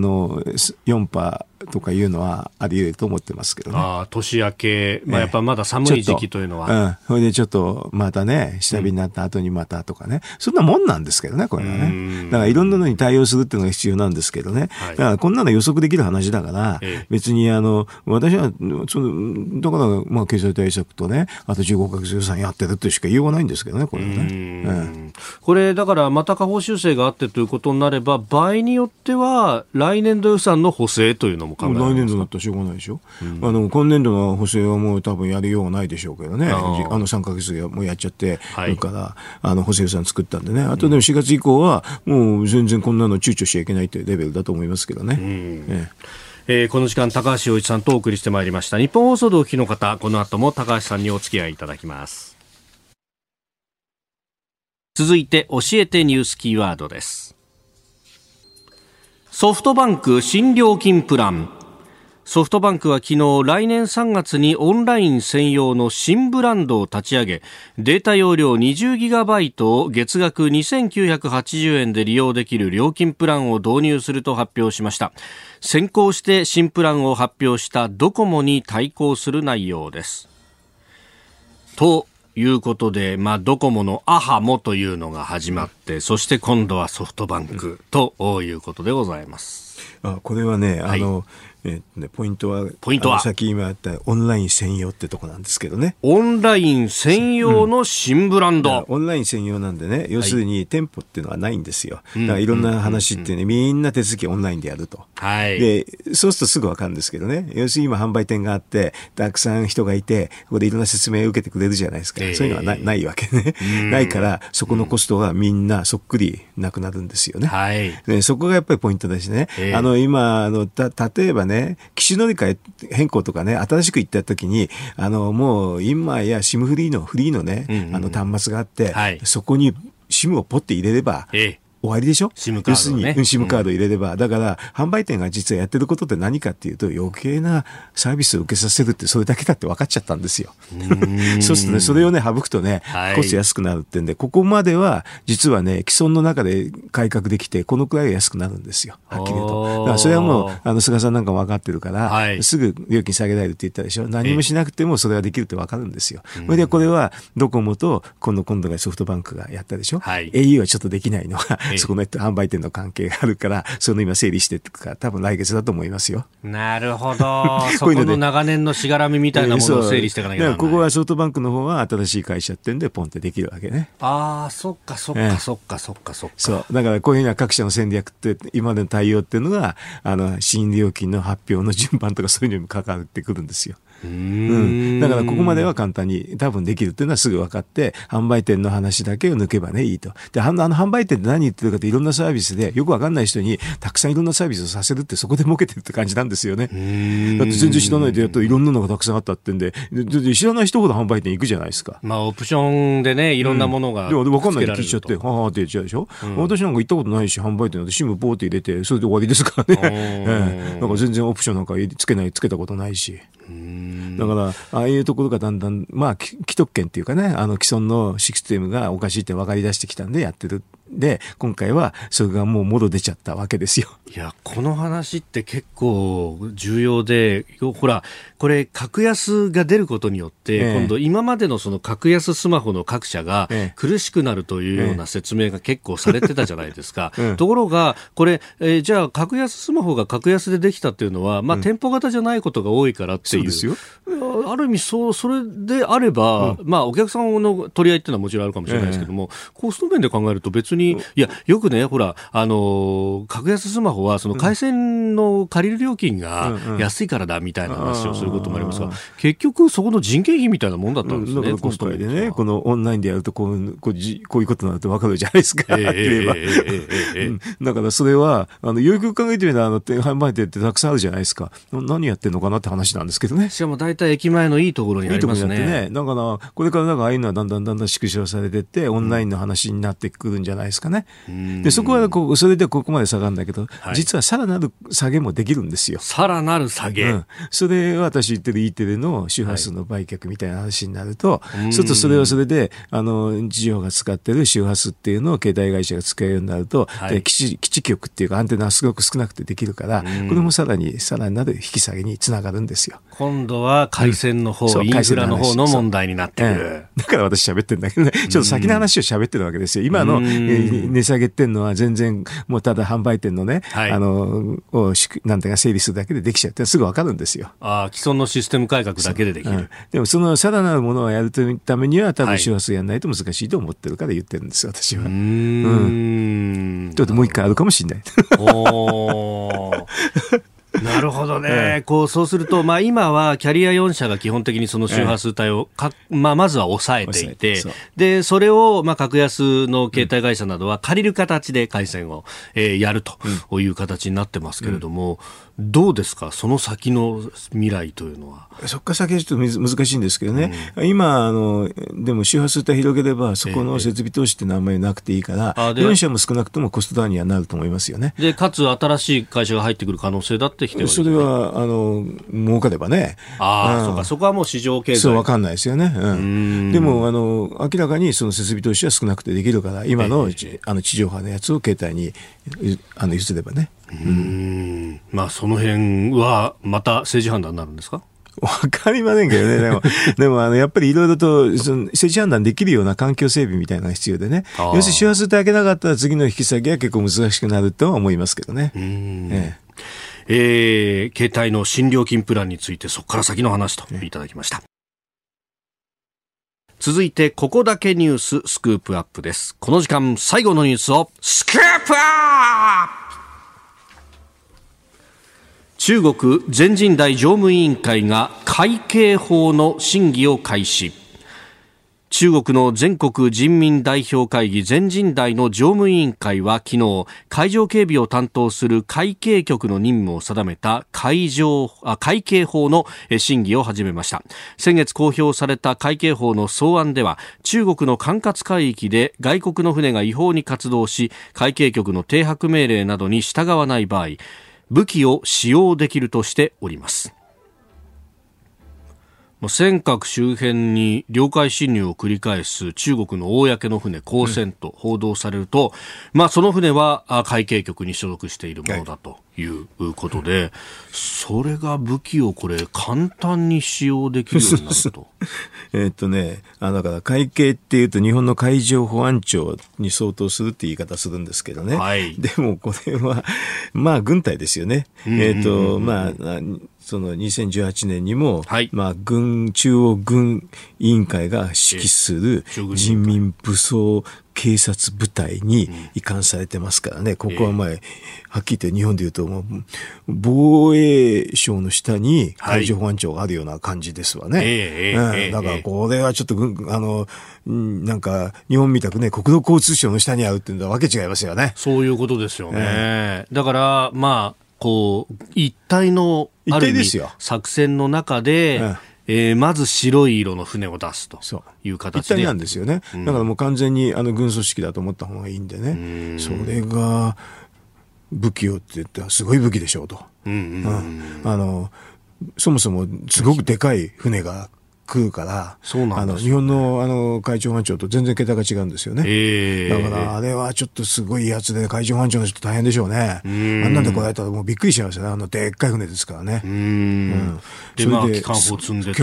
4波とかいうのはあり得ると思ってますけどね。 年明け、やっぱまだ寒い時期というのは。 それでちょっとまたね、下火になった後にまたとかね、そんなもんなんですけどね、これはね。だからいろんなのに対応するっていうのが必要なんですけどね。だからこんなの予測できる話だから、別に私はだから経済対策とね、あと15ヶ月予算やってるとしか言いようがないんですけどね、これはね。 これだからまた下方修正があってということになれば、場合によっては来年度予算の補正というのも考えられますか。 来年度だったらしょうがないでしょ。今年度の補正はもう多分やりようがないでしょうけどね。3ヶ月もうやっちゃって、それから補正予算作ったんでね。あとでも4月以降はもう全然こんなの躊躇しちゃいけないというレベルだと思いますけどね。 この時間高橋洋一さんとお送りしてまいりました。日本放送でお聞きの方、この後も高橋さんにお付き合いいただきます。続いて教えてニュースキーワードです。ソフトバンク新料金プラン。ソフトバンクは昨日、来年3月にオンライン専用の新ブランドを立ち上げ、データ容量 20GB を月額2980円で利用できる料金プランを導入すると発表しました。先行して新プランを発表したドコモに対抗する内容です。ということで、ドコモのアハモというのが始まって、そして今度はソフトバンクということでございます。 これはね、ポイントはさっき今言ったオンライン専用ってとこなんですけどね。 オンライン専用の新ブランド。 オンライン専用なんでね、要するに店舗っていうのはないんですよ。だからいろんな話ってね、みんな手続きオンラインでやると。で、そうするとすぐわかるんですけどね。要するに今販売店があって、たくさん人がいて、ここでいろんな説明を受けてくれるじゃないですか。そういうのはないわけね。ないから、そこのコストがみんなそっくりなくなるんですよね。でそこがやっぱりポイントですね。今、例えばね、機種乗り換え変更とかね、新しく行った時に、もう今や SIM フリーのね、端末があって、そこに SIM をポッて入れれば、終わりでしょ。 SIM カードね。 要するに、SIM カード入れれば。だから、販売店が実はやってることって何かっていうと、余計なサービスを受けさせるって、それだけだって分かっちゃったんですよ。そうするとね、それをね、省くとね、コスト安くなるってんで、ここまでは、実はね、既存の中で改革できて、このくらい安くなるんですよ。はっきり言うと。だから、それはもう、菅さんなんかも分かってるから、すぐ料金下げられるって言ったでしょ。何もしなくてもそれができるって分かるんですよ。それで、これは、ドコモと、今度がソフトバンクがやったでしょ。au はちょっとできないのは、 そこの販売店の関係があるから、その今整理してとか、多分来月だと思いますよ。 なるほど。そこの長年のしがらみみたいなものを整理していかなきゃならない。 ここはソフトバンクの方は新しい会社ってんでポンってできるわけね。 ああ、そっか。そう。 だからこういうふうな各社の戦略って、今までの対応っていうのが、新料金の発表の順番とかそういうのにも関わってくるんですよ。だからここまでは簡単に多分できるっていうのはすぐ分かって、販売店の話だけを抜けばね、いいと。で、販売店って何言ってるかって、いろんなサービスでよく分かんない人にたくさんいろんなサービスをさせるって、そこで儲けてるって感じなんですよね。だって全然知らないでやっといろんなのがたくさんあったってんで、知らない人ほど販売店行くじゃないですか。 まあオプションでね、いろんなものがで分かんないで聞いちゃって、はーって言っちゃうでしょ。私なんか行ったことないし、販売店なんて SIM ポーって入れてそれで終わりですからね。なんか全然オプションなんかつけたことないし。だからああいうところがだんだん既得権っていうかね、既存のシステムがおかしいって分かり出してきたんでやってる。で今回はそれがもうもろ出ちゃったわけですよ。 いや、この話って結構重要で、ほらこれ格安が出ることによって、今度今までのその格安スマホの各社が苦しくなるというような説明が結構されてたじゃないですか。ところがこれ、じゃあ格安スマホが格安でできたっていうのは、店舗型じゃないことが多いからっていう、 そうですよ。 ある意味それであれば、お客さんの取り合いっていうのはもちろんあるかもしれないですけども、コスト面で考えると別に、いや、よくね、ほら格安スマホはその回線の借りる料金が安いからだみたいな話をすることもありますが、結局そこの人件費みたいなもんだったんですね。 だから今回でね、このオンラインでやるとこういうことになると分かるじゃないですか。だからそれはよく考えてみたら販売店ってたくさんあるじゃないですか。何やってんのかなって話なんですけどね。 しかも大体駅前のいいところにありますね。 いいところにあってね。だからこれからああいうのはだんだん縮小されていってオンラインの話になってくるんじゃないですかね。でそこはそれでここまで下がるんだけど、実はさらなる下げもできるんですよ。 さらなる下げ、 それは私言ってる E テレの周波数の売却みたいな話になると、ちょっとそれはそれで地上が使ってる周波数っていうのを携帯会社が使えるようになると、基地局っていうかアンテナがすごく少なくてできるから、これもさらなる引き下げにつながるんですよ。 今度は回線の方、インフラの方の問題になってくる。 だから私喋ってるんだけどね、ちょっと先の話を喋ってるわけですよ。今の値下げっていうのは全然もうただ販売店のね、なんていうか整理するだけでできちゃってすぐ分かるんですよ。 既存のシステム改革だけでできる。 でもそのさらなるものをやるためには多分周波数やらないと難しいと思ってるから言ってるんですよ、私は。ちょっともう一回あるかもしれない。 なるほどね。そうすると、今はキャリア4社が基本的にその周波数帯をまずは抑えていて、で、それを格安の携帯会社などは借りる形で回線をやるという形になってますけれども、どうですか、その先の未来というのは。 そっから先はちょっと難しいんですけどね、今でも周波数帯広げればそこの設備投資ってのはあんまりなくていいから、4社も少なくともコストダウンにはなると思いますよね。 でかつ新しい会社が入ってくる可能性だってそれは儲かればね。 そうか、そこはもう市場経済。 そう分かんないですよね。でも明らかにその設備投資は少なくてできるから、今の地上波のやつを携帯に譲ればね。 その辺はまた政治判断になるんですか？ わかりませんけどね。でもやっぱりいろいろと政治判断できるような環境整備みたいなのが必要でね。要するに周波数帯上げなかったら次の引き下げは結構難しくなるとは思いますけどね。 携帯の新料金プランについてそこから先の話といただきました。続いてここだけニューススクープアップです。この時間最後のニュースをスクープアップ。中国全人代常務委員会が海警法の審議を開始。中国の全国人民代表会議全人代の常務委員会は昨日、海上警備を担当する海警局の任務を定めた海警法の審議を始めました。先月公表された海警法の草案では、中国の管轄海域で外国の船が違法に活動し、海警局の停泊命令などに従わない場合、武器を使用できるとしております。 尖閣周辺に領海侵入を繰り返す中国の公の船公船と報道されると、その船は海警局に所属しているものだということで、それが武器をこれ簡単に使用できるようになるとだから海警っていうと日本の海上保安庁に相当するって言い方するんですけどね、でもこれは軍隊ですよね。その2018年にも、中央軍委員会が指揮する人民武装警察部隊に移管されてますからね。ここははっきり言って日本で言うと防衛省の下に海上保安庁があるような感じですわね。だからこれはちょっとなんか日本みたくね、国土交通省の下にあるっていうのはわけ違いますよね。 そういうことですよね。だから一体のある意味作戦の中で、まず白い色の船を出すという形で一体なんですよね。だからもう完全に軍組織だと思った方がいいんでね。それが武器をって言ったらすごい武器でしょうと。そもそもすごくでかい船が来るから、 そうなんです日本の海上保安庁と全然桁が違うんですよね。だからあれはちょっとすごいやつで、海上保安庁の人大変でしょうね。あんなんで来られたらもうびっくりしちゃいますよね。でっかい船ですからね。 で機関砲積んでて、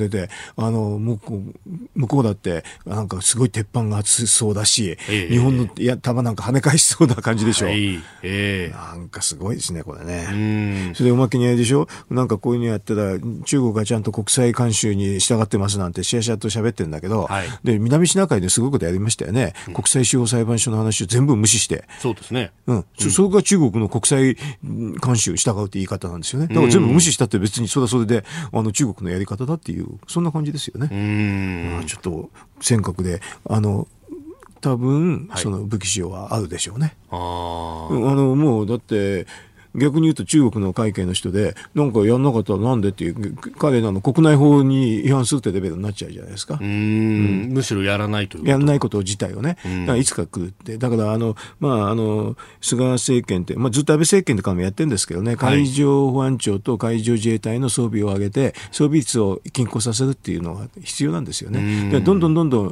向こうだってなんかすごい鉄板が厚そうだし、日本の弾なんか跳ね返しそうな感じでしょ。なんかすごいですね、これね。それでおまけにあれでしょ、なんかこういうのやったら中国がちゃんと国際慣習に従ってますなんてシャシャと喋ってるんだけど、で南シナ海ですごいことやりましたよね。国際司法裁判所の話を全部無視して。 そうですね。 それが中国の国際慣習従うって言い方なんですよね。だから全部無視したって別にそれはそれで中国のやり方だっていう、そんな感じですよね。ちょっと尖閣で多分その武器使用はあるでしょうね。もうだって逆に言うと中国の海警の人でなんかやんなかったらなんでっていう彼らの国内法に違反するってレベルになっちゃうじゃないですか。 むしろやらないということ、 やらないこと自体をね。だからいつか来るって。だから菅政権って、ずっと安倍政権とかもやってるんですけどね、海上保安庁と海上自衛隊の装備を上げて装備率を均衡させるっていうのが必要なんですよね。でどんどん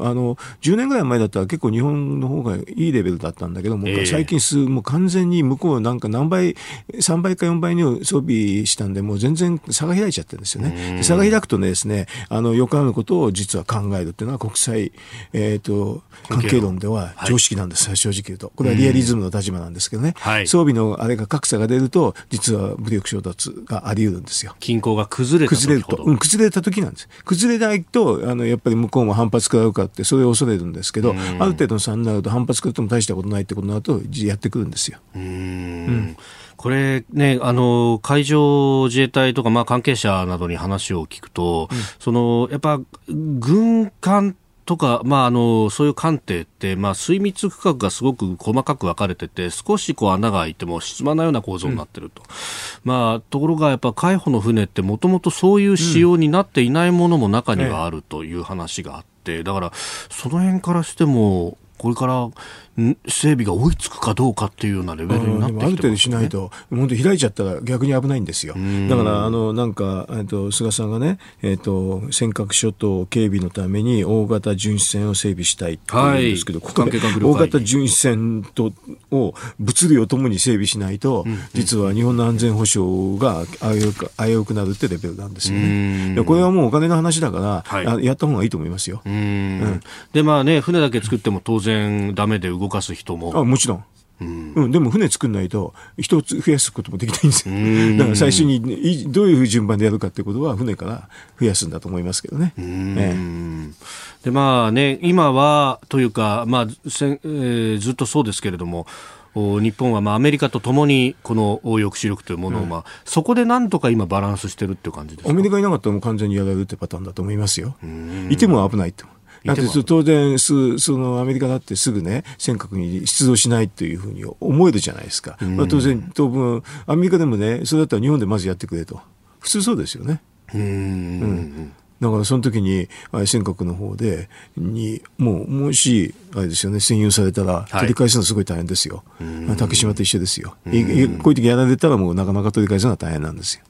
10年ぐらい前だったら結構日本の方がいいレベルだったんだけども、最近もう完全に向こうなんか何倍3倍か4倍に装備したんで、もう全然差が開いちゃってるんですよね。差が開くとですね、よくあることを実は考えるっていうのは国際、関係論では常識なんです、正直言うと。これはリアリズムの立場なんですけどね。装備のあれが格差が出ると、実は武力衝突があり得るんですよ。 均衡が崩れた時ほど。 崩れた時なんです。崩れないと、やっぱり向こうも反発食らうかって、それを恐れるんですけど、ある程度の差になると反発食らっても大したことないってことになると、やってくるんですよ。 これね、海上自衛隊とか、関係者などに話を聞くと、やっぱ軍艦とか、そういう艦艇って、水密区画がすごく細かく分かれてて、少し穴が開いても沈まないような構造になってると。ところがやっぱ海保の船ってもともとそういう仕様になっていないものも中にはあるという話があって、だからその辺からしても、これから整備が追いつくかどうかっていうようなレベルになってきてますね。 ある程度しないと本当開いちゃったら逆に危ないんですよ。だからなんか菅さんがね、尖閣諸島警備のために大型巡視船を整備したいって言うんですけど、大型巡視船を物量ともに整備しないと、実は日本の安全保障が危うくなるってレベルなんですよね。これはもうお金の話だから、やった方がいいと思いますよ。 で船だけ作っても当然ダメで動かす人も。 もちろん。でも船作んないと人を増やすこともできないんですよ。だから最初にどういう順番でやるかってことは船から増やすんだと思いますけどね。 で今はというか、ずっとそうですけれども、日本はアメリカとともにこの抑止力というものを、そこでなんとか今バランスしてるっていう感じですか。 アメリカいなかったらもう完全にやられるってパターンだと思いますよ。いても危ないと。だって当然アメリカだってすぐね尖閣に出動しないというふうに思えるじゃないですか。当分アメリカでもね、それだったら日本でまずやってくれと普通そうですよね。だからその時に尖閣の方でもしあれですよね、占有されたら取り返すのすごい大変ですよ。竹島と一緒ですよ。こういう時やられたらもうなかなか取り返すのは大変なんですよ。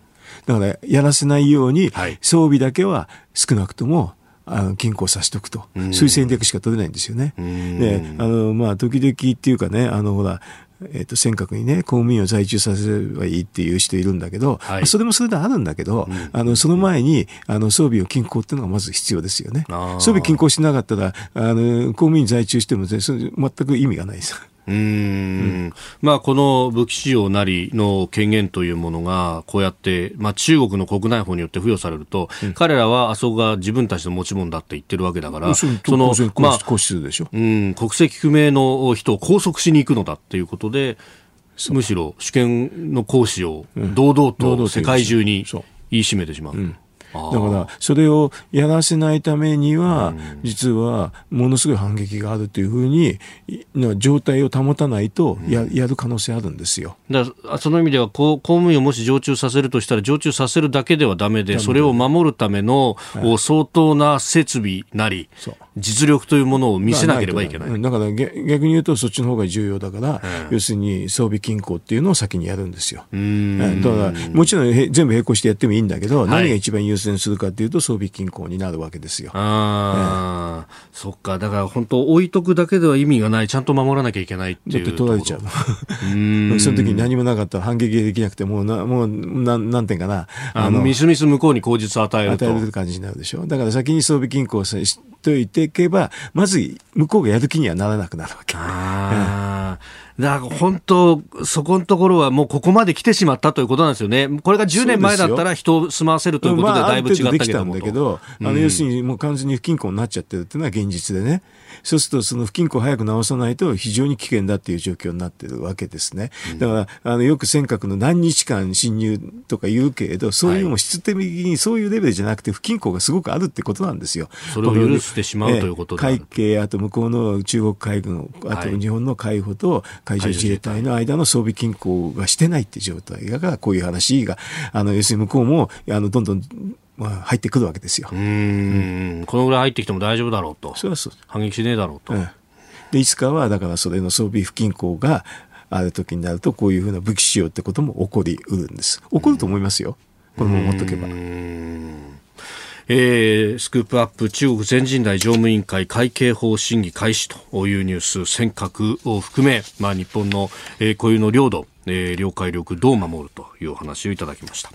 だからやらせないように、 はい、 装備だけは少なくとも均衡させておくと、そういう戦略しか取れないんですよね。で、時々っていうかね、ほら、尖閣にね、公務員を在中させればいいっていう人いるんだけど、はい、それもそれであるんだけど、その前に、装備を均衡っていうのがまず必要ですよね。装備均衡しなかったら、公務員在中しても、全く意味がないです。この武器使用なりの権限というものがこうやって、中国の国内法によって付与されると、彼らはあそこが自分たちの持ち物だって言ってるわけだから、 その皇室でしょ、 国籍不明の人を拘束しに行くのだっていうことで、むしろ主権の行使を堂々と世界中に言い締めてしまう。 だからそれをやらせないためには、実はものすごい反撃があるというふうに状態を保たないと やる可能性あるんですよ。 だからその意味では公務員をもし常駐させるとしたら、常駐させるだけではダメで、それを守るための相当な設備なり実力というものを見せなければいけない。 だから逆に言うとそっちの方が重要だから、要するに装備均衡っていうのを先にやるんですよ。だからもちろん全部並行してやってもいいんだけど、何が一番優先するかというと装備均衡になるわけですよ。 そっか。だから本当置いとくだけでは意味がない、ちゃんと守らなきゃいけないっていう。 だって取られちゃうその時に何もなかったら反撃できなくて、もうなんていうかな、 みすみす向こうに口実を与える感じになるでしょ。だから先に装備均衡しといていけば、まず向こうがやる気にはならなくなるわけ。 だから本当そこのところはもうここまで来てしまったということなんですよね。これが10年前だったら人を住まわせるということでだいぶ違ったけども、 できたんだけど、要するにもう完全に不均衡になっちゃってるっていうのは現実でね。そうするとその不均衡を早く直さないと非常に危険だっていう状況になってるわけですね。だからよく尖閣の何日間侵入とか言うけれど、そういうのも質的にそういうレベルじゃなくて不均衡がすごくあるってことなんですよ。 それを許してしまうということである。 海警、あと向こうの中国海軍、あと日本の海保と海上自衛隊の間の装備均衡がしてないっていう状態が、こういう話が要するに向こうもどんどん入ってくるわけですよ。 このぐらい入ってきても大丈夫だろうと。 そう反撃しねえだろうと。 でいつかはだからそれの装備不均衡がある時になると、こういうふうな武器使用ってことも起こりうるんです。起こると思いますよ。これも持っとけば。 スクープアップ、中国全人代常務委員会海警法審議開始というニュース、尖閣を含め、日本の、固有の領土、領海領どう守るというお話をいただきました。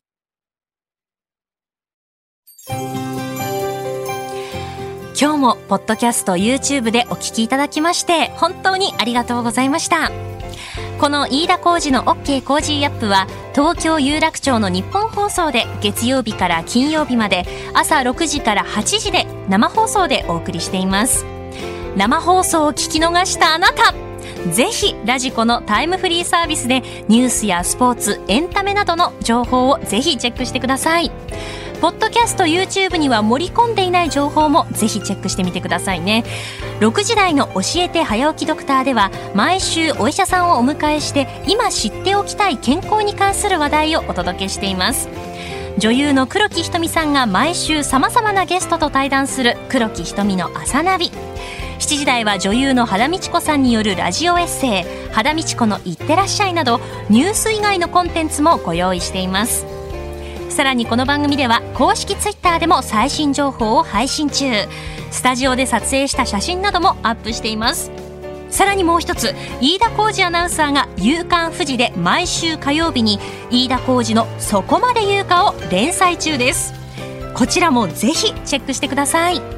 今日もポッドキャスト YouTube でお聞きいただきまして本当にありがとうございました。この飯田浩司の OK コージーアップは東京有楽町の日本放送で月曜日から金曜日まで朝6時から8時で生放送でお送りしています。生放送を聞き逃したあなた、ぜひラジコのタイムフリーサービスでニュースやスポーツ、エンタメなどの情報をぜひチェックしてください。ポッドキャスト YouTube には盛り込んでいない情報もぜひチェックしてみてくださいね。6時台の教えて早起きドクターでは毎週お医者さんをお迎えして今知っておきたい健康に関する話題をお届けしています。女優の黒木瞳さんが毎週様々なゲストと対談する黒木瞳の朝ナビ。7時台は女優の羽田美智子さんによるラジオエッセイ羽田美智子のいってらっしゃいなどニュース以外のコンテンツもご用意しています。さらにこの番組では公式ツイッターでも最新情報を配信中。スタジオで撮影した写真などもアップしています。さらにもう一つ、飯田浩司アナウンサーが夕刊フジで毎週火曜日に飯田浩司のそこまで言うかを連載中です。こちらもぜひチェックしてください。